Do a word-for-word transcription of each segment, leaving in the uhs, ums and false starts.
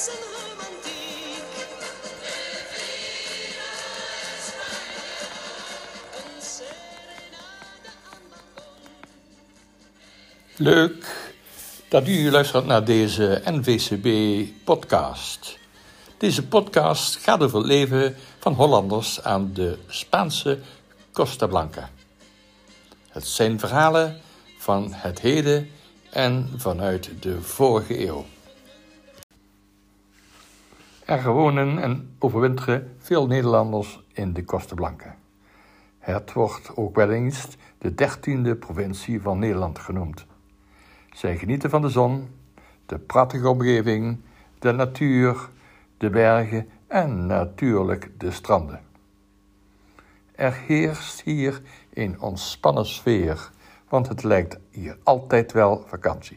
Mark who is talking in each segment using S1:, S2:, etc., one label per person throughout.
S1: zijn romantiek. Een serenade aan balkon.
S2: Leuk dat u luistert naar deze N V C B-podcast. Deze podcast gaat over het leven van Hollanders aan de Spaanse Costa Blanca. Het zijn verhalen van het heden en vanuit de vorige eeuw. Er wonen en overwinteren veel Nederlanders in de Costa Blanca. Het wordt ook wel eens de dertiende provincie van Nederland genoemd. Zij genieten van de zon, de prachtige omgeving, de natuur, de bergen en natuurlijk de stranden. Er heerst hier een ontspannen sfeer, want het lijkt hier altijd wel vakantie.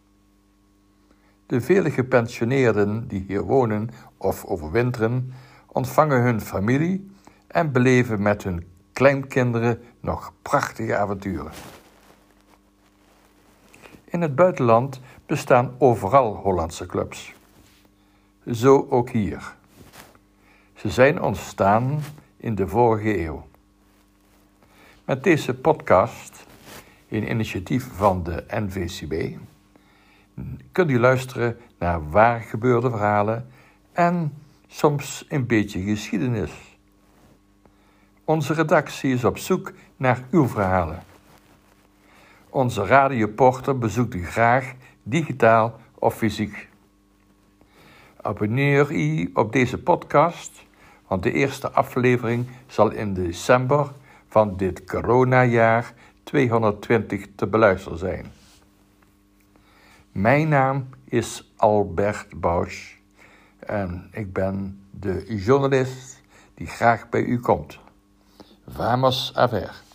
S2: De vele gepensioneerden die hier wonen of overwinteren, ontvangen hun familie en beleven met hun kleinkinderen nog prachtige avonturen. In het buitenland bestaan overal Hollandse clubs. Zo ook hier. Ze zijn ontstaan in de vorige eeuw. Met deze podcast, een initiatief van de N V C B, kunt u luisteren naar waar gebeurde verhalen en soms een beetje geschiedenis. Onze redactie is op zoek naar uw verhalen. Onze radioporter bezoekt u graag, digitaal of fysiek. Abonneer u op deze podcast, want de eerste aflevering zal in december van dit coronajaar tweehonderdtwintig te beluisteren zijn. Mijn naam is Albert Bausch en ik ben de journalist die graag bij u komt. Vamos a ver.